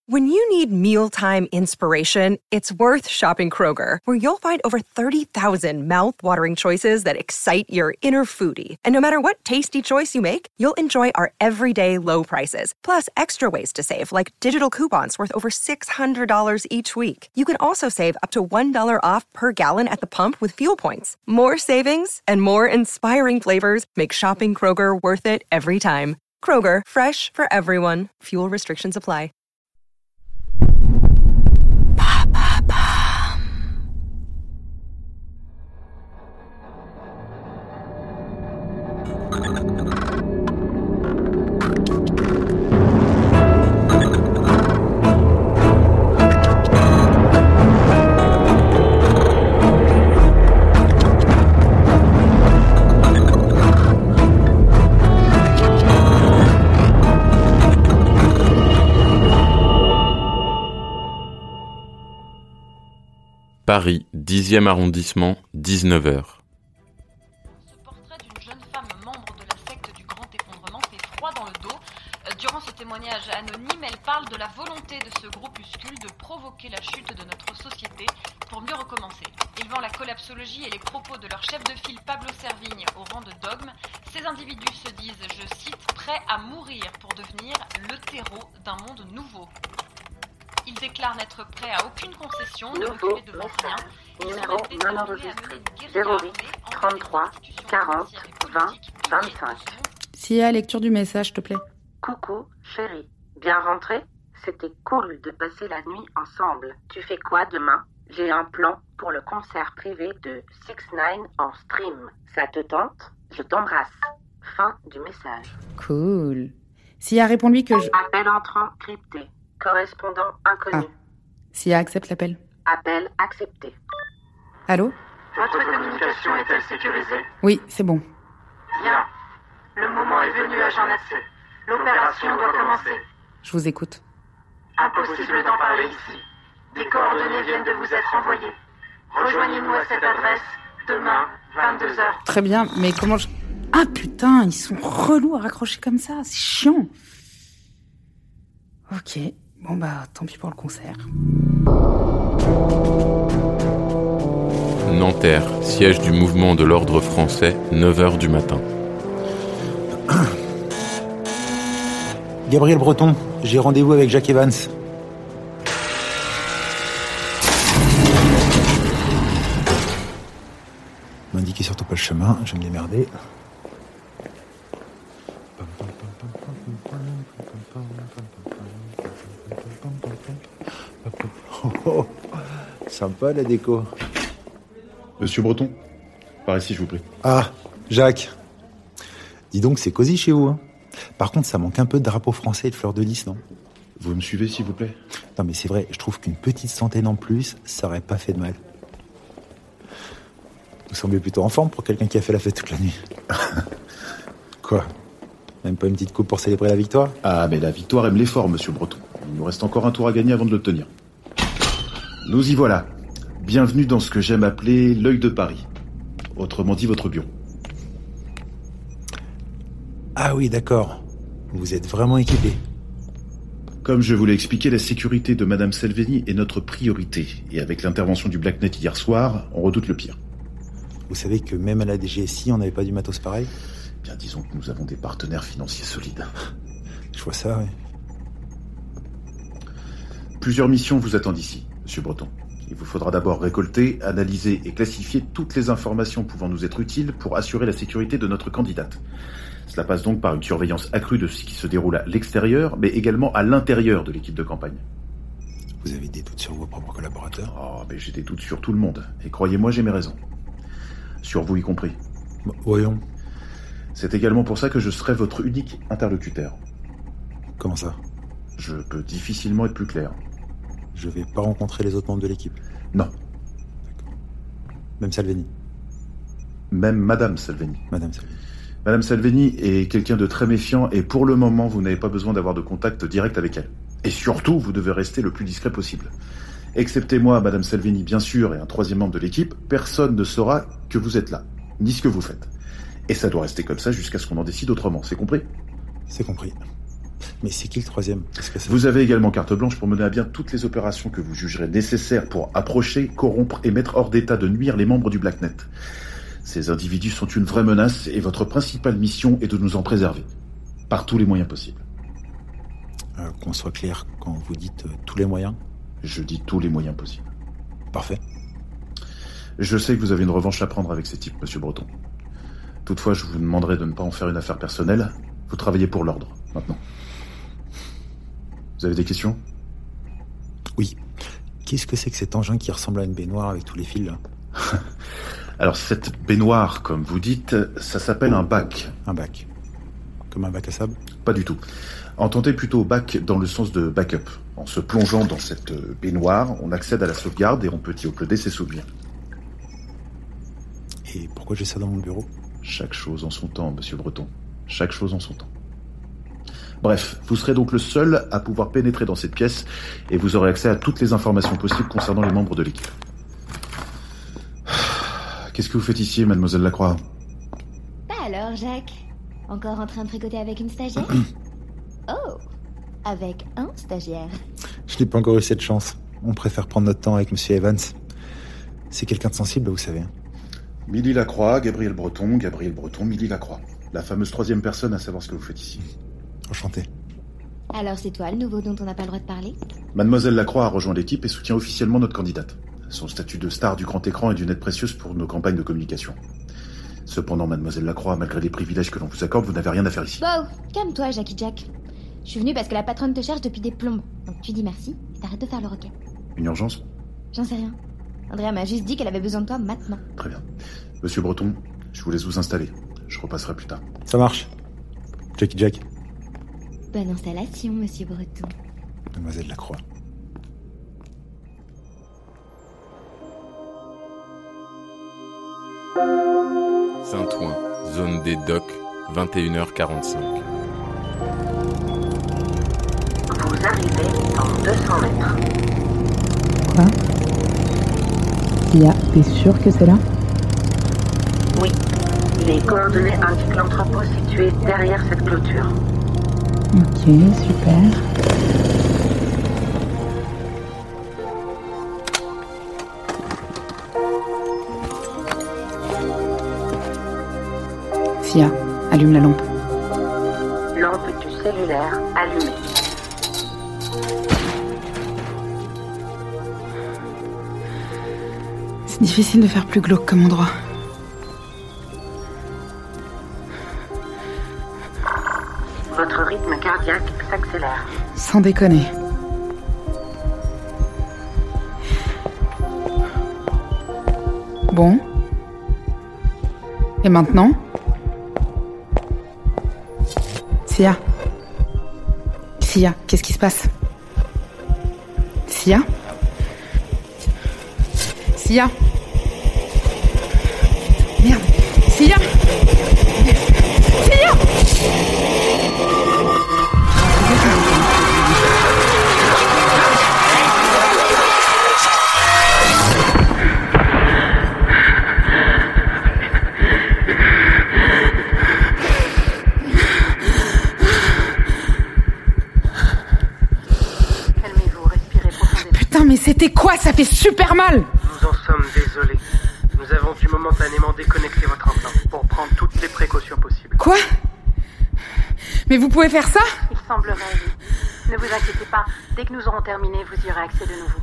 When you need mealtime inspiration, it's worth shopping Kroger, where you'll find over 30,000 mouth-watering choices that excite your inner foodie. And no matter what tasty choice you make, you'll enjoy our everyday low prices, plus extra ways to save, like digital coupons worth over $600 each week. You can also save up to $1 off per gallon at the pump with fuel points. More savings and more inspiring flavors make shopping Kroger worth it every time. Kroger, fresh for everyone. Fuel restrictions apply. Paris, 10e arrondissement, 19h. Ce portrait d'une jeune femme membre de la secte du Grand Effondrement fait froid dans le dos. Durant ce témoignage anonyme, elle parle de la volonté de ce groupuscule de provoquer la chute de notre société pour mieux recommencer. Élevant la collapsologie et les propos de leur chef de file Pablo Servigne au rang de dogme, ces individus se disent, je cite, prêts à mourir pour devenir le terreau d'un monde nouveau. Ils déclarent n'être prêts à aucune concession, ne reculer devant rien. Numéro non enregistré 08 33 40 20 25. Sia, lecture du message, s'il te plaît. Coucou, chérie. Bien rentrée? C'était cool de passer la nuit ensemble. Tu fais quoi demain? J'ai un plan pour le concert privé de 6ix9ine en stream. Ça te tente? Je t'embrasse. Fin du message. Cool. Sia, réponds-lui que je... Appel entrant crypté. Correspondant inconnu. Sia, accepte l'appel. Appel accepté. Allô? Votre communication est-elle sécurisée? Oui, c'est bon. Bien. Le moment est venu, agent Nassé. L'opération doit commencer. Je vous écoute. Impossible d'en parler ici. Des coordonnées viennent de vous être envoyées. Rejoignez-nous à cette adresse demain, 22h. Très bien, mais comment je... Ah putain, ils sont relous à raccrocher comme ça, c'est chiant. Ok, bon bah tant pis pour le concert. Nanterre, siège du mouvement de l'ordre français, 9h du matin. Gabriel Breton, j'ai rendez-vous avec Jacques Evans. M'indiquez surtout pas le chemin, je vais me démerder. Oh, sympa la déco. Monsieur Breton, par ici, je vous prie. Ah, Jacques. Dis donc, c'est cosy chez vous, hein. Par contre, ça manque un peu de drapeau français et de fleurs de lys, non? Vous me suivez, s'il vous plaît? Non, mais c'est vrai, je trouve qu'une petite centaine en plus, ça aurait pas fait de mal. Vous semblez plutôt en forme pour quelqu'un qui a fait la fête toute la nuit. Quoi? Même pas une petite coupe pour célébrer la victoire? Ah, mais la victoire aime l'effort, monsieur Breton. Il nous reste encore un tour à gagner avant de l'obtenir. Nous y voilà. Bienvenue dans ce que j'aime appeler l'œil de Paris. Autrement dit, votre bureau. Ah oui, d'accord. Vous êtes vraiment équipé. Comme je vous l'ai expliqué, la sécurité de Madame Salvini est notre priorité. Et avec l'intervention du Blacknet hier soir, on redoute le pire. Vous savez que même à la DGSI, on n'avait pas du matos pareil? Bien, disons que nous avons des partenaires financiers solides. Je vois ça, oui. Plusieurs missions vous attendent ici, monsieur Breton. Il vous faudra d'abord récolter, analyser et classifier toutes les informations pouvant nous être utiles pour assurer la sécurité de notre candidate. Cela passe donc par une surveillance accrue de ce qui se déroule à l'extérieur, mais également à l'intérieur de l'équipe de campagne. Vous avez des doutes sur vos propres collaborateurs? Oh, mais j'ai des doutes sur tout le monde. Et croyez-moi, j'ai mes raisons. Sur vous y compris. Voyons. C'est également pour ça que je serai votre unique interlocuteur. Comment ça? Je peux difficilement être plus clair. Je vais pas rencontrer les autres membres de l'équipe? Non. D'accord. Même Salvini? Même Madame Salvini. Madame Salvini. Madame Salvini est quelqu'un de très méfiant et pour le moment, vous n'avez pas besoin d'avoir de contact direct avec elle. Et surtout, vous devez rester le plus discret possible. Excepté moi, Madame Salvini, bien sûr, et un troisième membre de l'équipe, personne ne saura que vous êtes là, ni ce que vous faites. Et ça doit rester comme ça jusqu'à ce qu'on en décide autrement, c'est compris? C'est compris. Mais c'est qui le troisième? Qu'est-ce que c'est? Vous avez également carte blanche pour mener à bien toutes les opérations que vous jugerez nécessaires pour approcher, corrompre et mettre hors d'état de nuire les membres du Blacknet. Ces individus sont une vraie menace et votre principale mission est de nous en préserver. Par tous les moyens possibles. Qu'on soit clair, quand vous dites tous les moyens? Je dis tous les moyens possibles. Parfait. Je sais que vous avez une revanche à prendre avec ces types, monsieur Breton. Toutefois, je vous demanderai de ne pas en faire une affaire personnelle. Vous travaillez pour l'ordre, maintenant. Vous avez des questions? Oui. Qu'est-ce que c'est que cet engin qui ressemble à une baignoire avec tous les fils, là? Alors, cette baignoire, comme vous dites, ça s'appelle un bac. Un bac. Comme un bac à sable? Pas du tout. Entendez plutôt bac dans le sens de backup. En se plongeant dans cette baignoire, on accède à la sauvegarde et on peut y uploader ses souvenirs. Et pourquoi j'ai ça dans mon bureau? Chaque chose en son temps, monsieur Breton. Chaque chose en son temps. Bref, vous serez donc le seul à pouvoir pénétrer dans cette pièce et vous aurez accès à toutes les informations possibles concernant les membres de l'équipe. Qu'est-ce que vous faites ici, mademoiselle Lacroix? Alors, Jacques, encore en train de tricoter avec une stagiaire? Oh, avec un stagiaire. Je n'ai pas encore eu cette chance. On préfère prendre notre temps avec monsieur Evans. C'est quelqu'un de sensible, vous savez. Milly Lacroix, Gabriel Breton, Milly Lacroix. La fameuse troisième personne à savoir ce que vous faites ici. Enchanté. Alors c'est toi le nouveau dont on n'a pas le droit de parler? Mademoiselle Lacroix a rejoint l'équipe et soutient officiellement notre candidate. Son statut de star du grand écran est d'une aide précieuse pour nos campagnes de communication. Cependant, mademoiselle Lacroix, malgré les privilèges que l'on vous accorde, vous n'avez rien à faire ici. Wow, calme-toi, Jackie Jack. Je suis venue parce que la patronne te cherche depuis des plombes. Donc tu dis merci et t'arrêtes de faire le requin. Une urgence? J'en sais rien. Andrea m'a juste dit qu'elle avait besoin de toi maintenant. Très bien. Monsieur Breton, je vous laisse vous installer. Je repasserai plus tard. Ça marche. Jackie Jack. Bonne installation, monsieur Breton. Mademoiselle Lacroix. Saint-Ouen, zone des docks, 21h45. Vous arrivez dans 200 mètres. Quoi? Sia, t'es sûre que c'est là? Oui. Les coordonnées indiquent l'entrepôt situé derrière cette clôture. Ok, super. Sia, allume la lampe. Lampe du cellulaire allumée. C'est difficile de faire plus glauque comme endroit. Votre rythme cardiaque s'accélère. Sans déconner. Bon. Et maintenant? Sia. Sia, qu'est-ce qui se passe? Sia? Sia? Merde. Sia? Sia? Calmez-vous, respirez profondément. Putain, mais c'était quoi? Ça fait super mal! Nous en sommes désolés. Nous avons dû momentanément déconnecter votre implant pour prendre toutes les précautions possibles. Quoi? Mais vous pouvez faire ça? Il semblerait, oui. Ne vous inquiétez pas, dès que nous aurons terminé, vous y aurez accès de nouveau.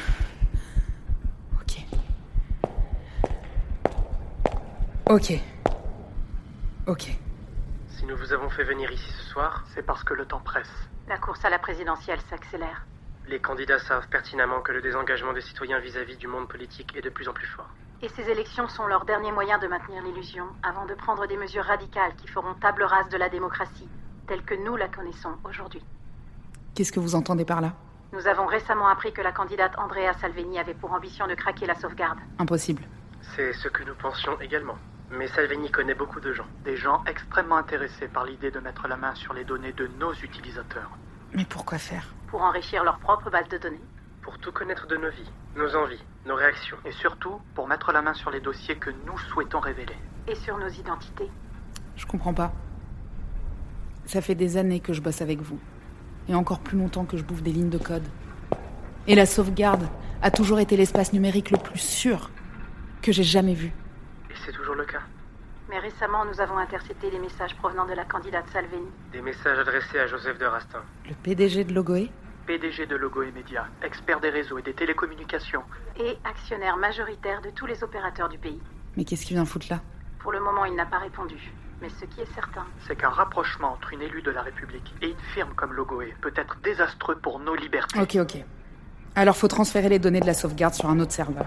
Ok. Si nous vous avons fait venir ici ce soir, c'est parce que le temps presse. La course à la présidentielle s'accélère. Les candidats savent pertinemment que le désengagement des citoyens vis-à-vis du monde politique est de plus en plus fort. Et ces élections sont leur dernier moyen de maintenir l'illusion avant de prendre des mesures radicales qui feront table rase de la démocratie, telle que nous la connaissons aujourd'hui. Qu'est-ce que vous entendez par là? Nous avons récemment appris que la candidate Andrea Salvini avait pour ambition de craquer la sauvegarde. Impossible. C'est ce que nous pensions également. Mais Salvini connaît beaucoup de gens. Des gens extrêmement intéressés par l'idée de mettre la main sur les données de nos utilisateurs. Mais pourquoi faire? Pour enrichir leur propre base de données. Pour tout connaître de nos vies, nos envies, nos réactions. Et surtout, pour mettre la main sur les dossiers que nous souhaitons révéler. Et sur nos identités. Je comprends pas. Ça fait des années que je bosse avec vous. Et encore plus longtemps que je bouffe des lignes de code. Et la sauvegarde a toujours été l'espace numérique le plus sûr que j'ai jamais vu. Et c'est toujours le cas. Mais récemment, nous avons intercepté les messages provenant de la candidate Salvini. Des messages adressés à Joseph de Rastin. Le PDG de Logoé ? PDG de Logoé Média, expert des réseaux et des télécommunications. Et actionnaire majoritaire de tous les opérateurs du pays. Mais qu'est-ce qu'il vient foutre là ? Pour le moment, il n'a pas répondu. Mais ce qui est certain... c'est qu'un rapprochement entre une élue de la République et une firme comme Logoé peut être désastreux pour nos libertés. Ok. Alors faut transférer les données de la sauvegarde sur un autre serveur.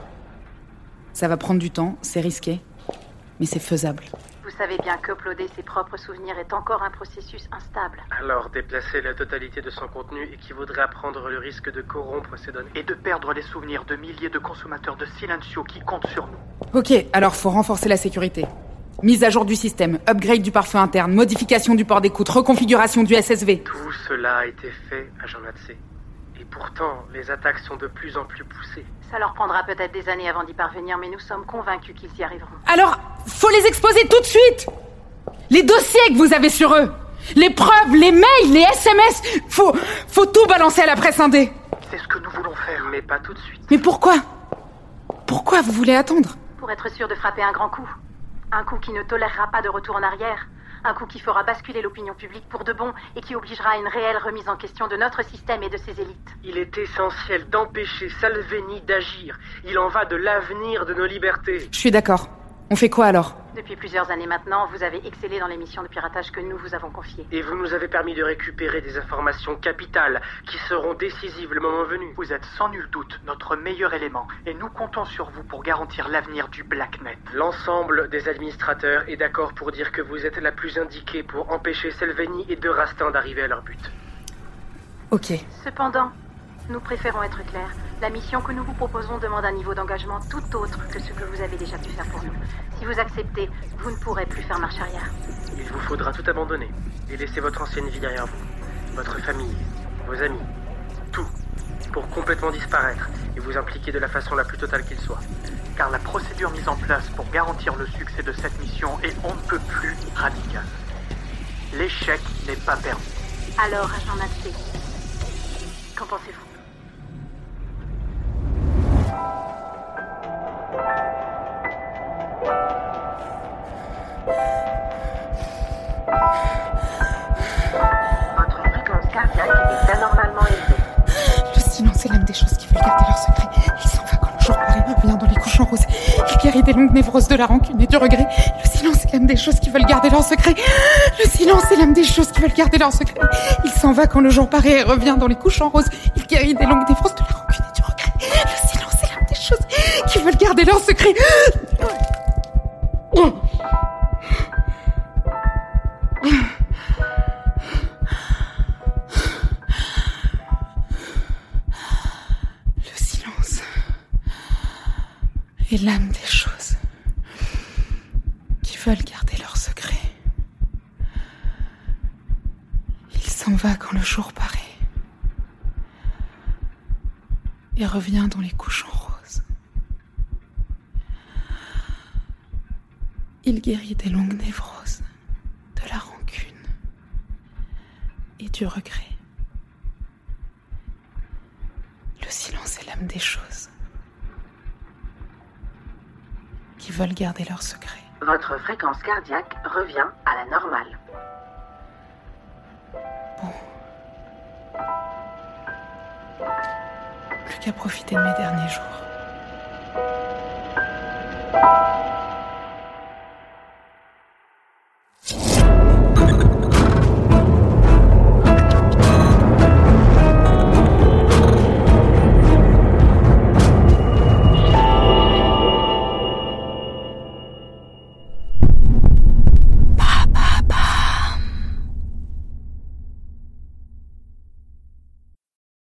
Ça va prendre du temps, c'est risqué, mais c'est faisable. Vous savez bien qu'uploader ses propres souvenirs est encore un processus instable. Alors déplacer la totalité de son contenu équivaudrait à prendre le risque de corrompre ces données. Et de perdre les souvenirs de milliers de consommateurs de Silencio qui comptent sur nous. Ok, alors faut renforcer la sécurité. Mise à jour du système, upgrade du pare-feu interne, modification du port d'écoute, reconfiguration du SSV. Tout cela a été fait à Jean Matsé. Et pourtant, les attaques sont de plus en plus poussées. Ça leur prendra peut-être des années avant d'y parvenir, mais nous sommes convaincus qu'ils y arriveront. Alors, faut les exposer tout de suite! Les dossiers que vous avez sur eux, les preuves, les mails, les SMS, faut tout balancer à la presse indé. C'est ce que nous voulons faire, mais pas tout de suite. Mais pourquoi? Pourquoi vous voulez attendre? Pour être sûr de frapper un grand coup. Un coup qui ne tolérera pas de retour en arrière. Un coup qui fera basculer l'opinion publique pour de bon et qui obligera à une réelle remise en question de notre système et de ses élites. Il est essentiel d'empêcher Salvini d'agir. Il en va de l'avenir de nos libertés. Je suis d'accord. On fait quoi alors? Depuis plusieurs années maintenant, vous avez excellé dans les missions de piratage que nous vous avons confiées. Et vous nous avez permis de récupérer des informations capitales qui seront décisives le moment venu. Vous êtes sans nul doute notre meilleur élément et nous comptons sur vous pour garantir l'avenir du Blacknet. L'ensemble des administrateurs est d'accord pour dire que vous êtes la plus indiquée pour empêcher Salvini et de Rastin d'arriver à leur but. Ok. Cependant, nous préférons être clairs. La mission que nous vous proposons demande un niveau d'engagement tout autre que ce que vous avez déjà pu faire pour nous. Si vous acceptez, vous ne pourrez plus faire marche arrière. Il vous faudra tout abandonner et laisser votre ancienne vie derrière vous. Votre famille, vos amis, tout, pour complètement disparaître et vous impliquer de la façon la plus totale qu'il soit. Car la procédure mise en place pour garantir le succès de cette mission est on ne peut plus radicale. L'échec n'est pas permis. Alors, agent Matsé, qu'en pensez-vous? Votre fréquence cardiaque est anormalement élevée. Le silence est l'âme des choses qui veulent garder leur secret. Il s'en va quand le jour paraît, revient dans les couches en rose. Il guérit des longues névroses de la rancune et du regret. Le silence est l'âme des choses qui veulent garder leur secret. Le silence est l'âme des choses qui veulent garder leur secret. Il s'en va quand le jour paraît et revient dans les couches en rose. Il guérit des longues névroses de la rancune et du regret. Le silence est l'âme des choses qui veulent garder leur secret. Et l'âme des choses qui veulent garder leur secret. Il s'en va quand le jour paraît et revient dans les couches en rose. Il guérit des longues névroses, de la rancune et du regret. Le silence est l'âme des choses qui veulent garder leur secret. Votre fréquence cardiaque revient à la normale. Bon. Plus qu'à profiter de mes derniers jours.